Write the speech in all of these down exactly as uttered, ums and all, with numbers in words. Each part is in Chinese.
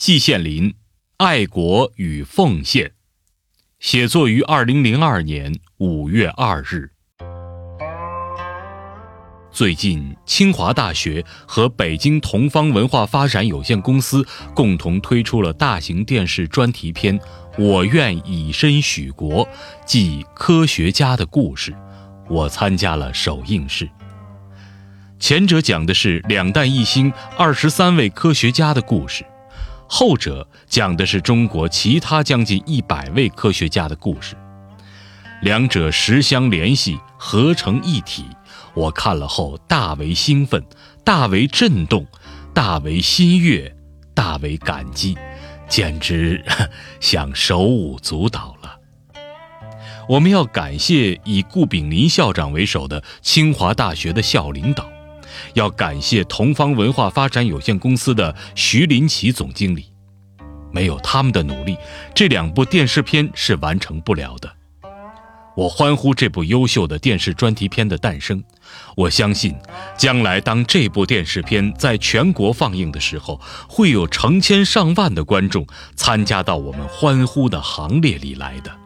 季羡林，爱国与奉献，写作于二零零二年五月二日。最近，清华大学和北京同方文化发展有限公司共同推出了大型电视专题片《我愿以身许国》，即科学家的故事。我参加了首映式。前者讲的是两弹一星二十三位科学家的故事，后者讲的是中国其他将近一百位科学家的故事。两者实相联系，合成一体。我看了后大为兴奋，大为震动，大为欣悦，大为感激，简直想手舞足蹈了。我们要感谢以顾炳林校长为首的清华大学的校领导，要感谢同方文化发展有限公司的徐林奇总经理。没有他们的努力，这两部电视片是完成不了的。我欢呼这部优秀的电视专题片的诞生。我相信将来当这部电视片在全国放映的时候，会有成千上万的观众参加到我们欢呼的行列里来的。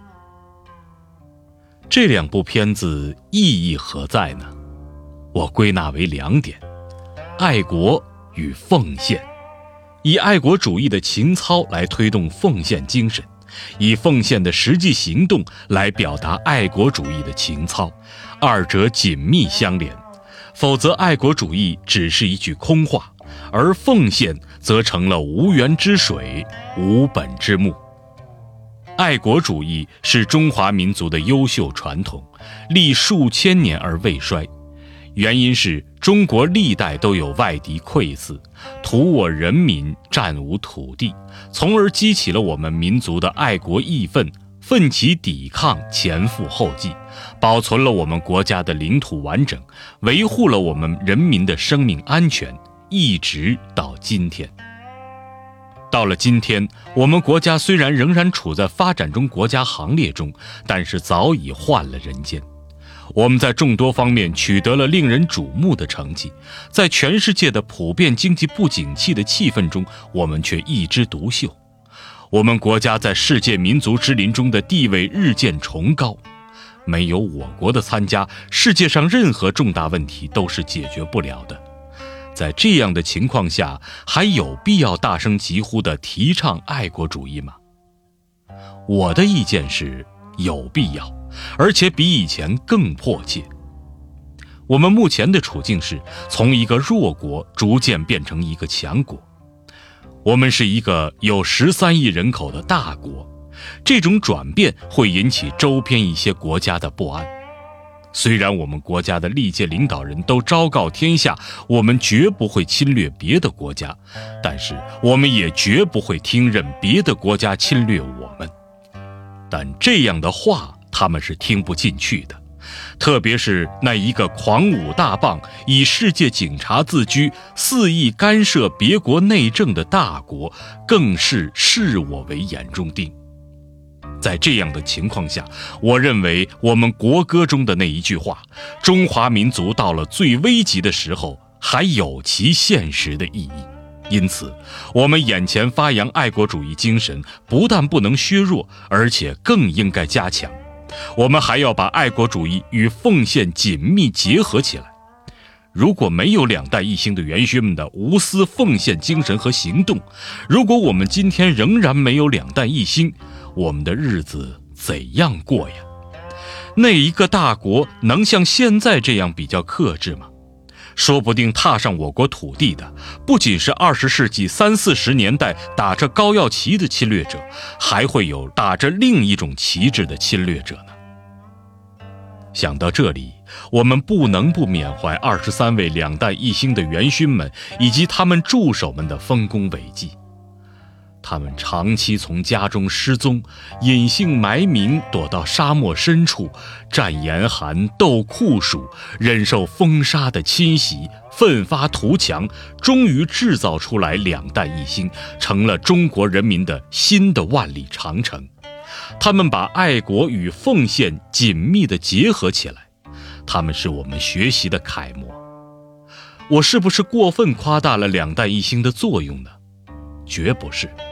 这两部片子意义何在呢？我归纳为两点：爱国与奉献。以爱国主义的情操来推动奉献精神，以奉献的实际行动来表达爱国主义的情操，二者紧密相连。否则爱国主义只是一句空话，而奉献则成了无源之水，无本之木。爱国主义是中华民族的优秀传统，历数千年而未衰。原因是中国历代都有外敌窥伺，屠我人民，占吾土地，从而激起了我们民族的爱国义愤，奋起抵抗，前赴后继，保存了我们国家的领土完整，维护了我们人民的生命安全，一直到今天。到了今天，我们国家虽然仍然处在发展中国家行列中，但是早已换了人间。我们在众多方面取得了令人瞩目的成绩，在全世界的普遍经济不景气的气氛中，我们却一枝独秀。我们国家在世界民族之林中的地位日渐崇高。没有我国的参加，世界上任何重大问题都是解决不了的。在这样的情况下，还有必要大声疾呼地提倡爱国主义吗？我的意见是有必要，而且比以前更迫切。我们目前的处境是从一个弱国逐渐变成一个强国。我们是一个有十三亿人口的大国，这种转变会引起周边一些国家的不安。虽然我们国家的历届领导人都昭告天下，我们绝不会侵略别的国家，但是我们也绝不会听任别的国家侵略我们。但这样的话他们是听不进去的，特别是那一个狂舞大棒，以世界警察自居，肆意干涉别国内政的大国，更是视我为眼中钉。在这样的情况下，我认为我们国歌中的那一句话，中华民族到了最危急的时候，还有其现实的意义。因此，我们眼前发扬爱国主义精神，不但不能削弱，而且更应该加强。我们还要把爱国主义与奉献紧密结合起来。如果没有两弹一星的元勋们的无私奉献精神和行动，如果我们今天仍然没有两弹一星，我们的日子怎样过呀？那一个大国能像现在这样比较克制吗？说不定踏上我国土地的，不仅是二十世纪三四十年代打着高耀旗的侵略者，还会有打着另一种旗帜的侵略者呢。想到这里，我们不能不缅怀二十三位两弹一星的元勋们以及他们助手们的丰功伟绩。他们长期从家中失踪，隐姓埋名，躲到沙漠深处，战严寒，斗酷暑，忍受风沙的侵袭，奋发图强，终于制造出来两弹一星，成了中国人民的新的万里长城。他们把爱国与奉献紧密地结合起来，他们是我们学习的楷模。我是不是过分夸大了两弹一星的作用呢？绝不是。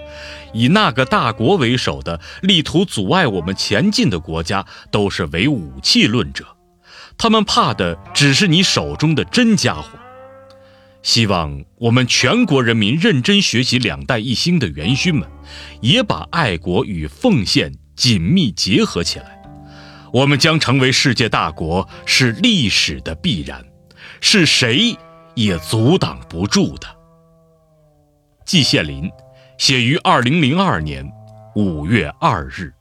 以那个大国为首的力图阻碍我们前进的国家都是唯武器论者，他们怕的只是你手中的真家伙。希望我们全国人民认真学习两弹一星的元勋们，也把爱国与奉献紧密结合起来。我们将成为世界大国，是历史的必然，是谁也阻挡不住的。季羡林，写于二零零二年五月二日。